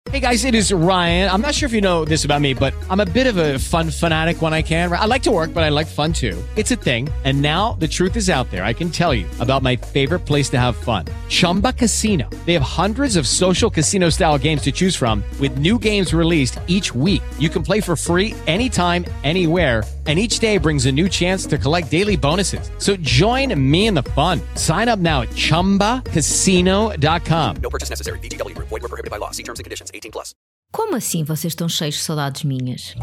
Hey guys, it is Ryan. I'm not sure if you know this about me, but I'm a bit of a fun fanatic when I can. I like to work, but I like fun too. It's a thing. And now the truth is out there. I can tell you about my favorite place to have fun. Chumba Casino. They have hundreds of social casino style games to choose from with new games released each week. You can play for free anytime, anywhere. And each day brings a new chance to collect daily bonuses. So join me in the fun. Sign up now at ChumbaCasino.com. No purchase necessary. VGW. Void where prohibited by law. See terms and conditions. 18+. Como assim vocês estão cheios de saudades minhas?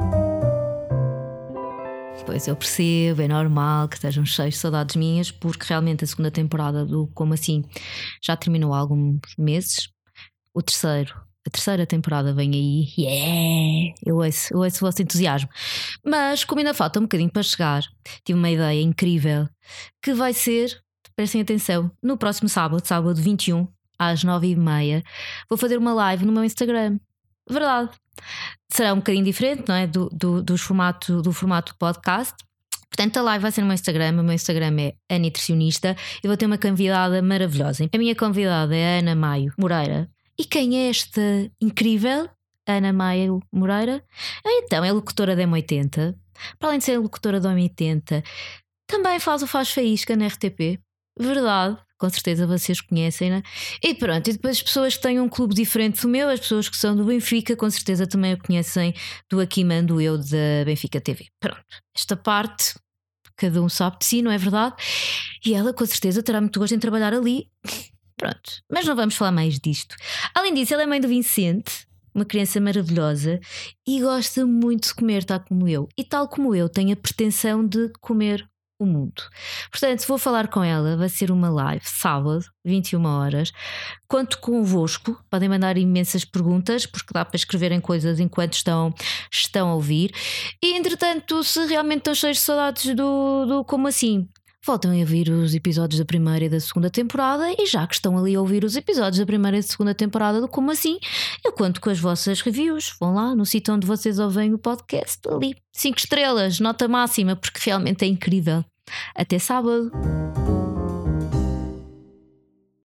Pois eu percebo, é normal que estejam cheios de saudades minhas, porque realmente a segunda temporada do Como Assim já terminou há alguns meses. A terceira temporada vem aí. Eu ouço o vosso entusiasmo. Mas como ainda falta um bocadinho para chegar, tive uma ideia incrível que vai ser, prestem atenção, no próximo sábado 21 às 9h30, vou fazer uma live no meu Instagram. Verdade. Será um bocadinho diferente, não é? Do formato podcast. Portanto, a live vai ser no meu Instagram. O meu Instagram é a nutricionista. Eu vou ter uma convidada maravilhosa. A minha convidada é a Ana Maio Moreira. E quem é esta incrível Ana Maio Moreira? Então, é locutora da M80. Para além de ser locutora da M80, também faz o Faz Faísca na RTP. Verdade. Com certeza vocês conhecem-na. E pronto, e depois as pessoas que têm um clube diferente do meu, as pessoas que são do Benfica, com certeza também a conhecem do Aqui Mando Eu da Benfica TV. Pronto, esta parte cada um sabe de si, não é verdade? E ela com certeza terá muito gosto em trabalhar ali. Pronto, mas não vamos falar mais disto. Além disso, ela é mãe do Vicente, uma criança maravilhosa, e gosta muito de comer, tal como eu. E tal como eu, tem a pretensão de comer o mundo. Portanto, vou falar com ela. Vai ser uma live sábado, 21 horas. Conto convosco. Podem mandar imensas perguntas, porque dá para escreverem coisas enquanto estão a ouvir. E entretanto, se realmente estão cheios de saudades do Como Assim, voltem a ouvir os episódios da primeira e da segunda temporada. E já que estão ali a ouvir os episódios da primeira e da segunda temporada do Como Assim, eu conto com as vossas reviews. Vão lá no sítio onde vocês ouvem o podcast, ali 5 estrelas, nota máxima, porque realmente é incrível. Até sábado.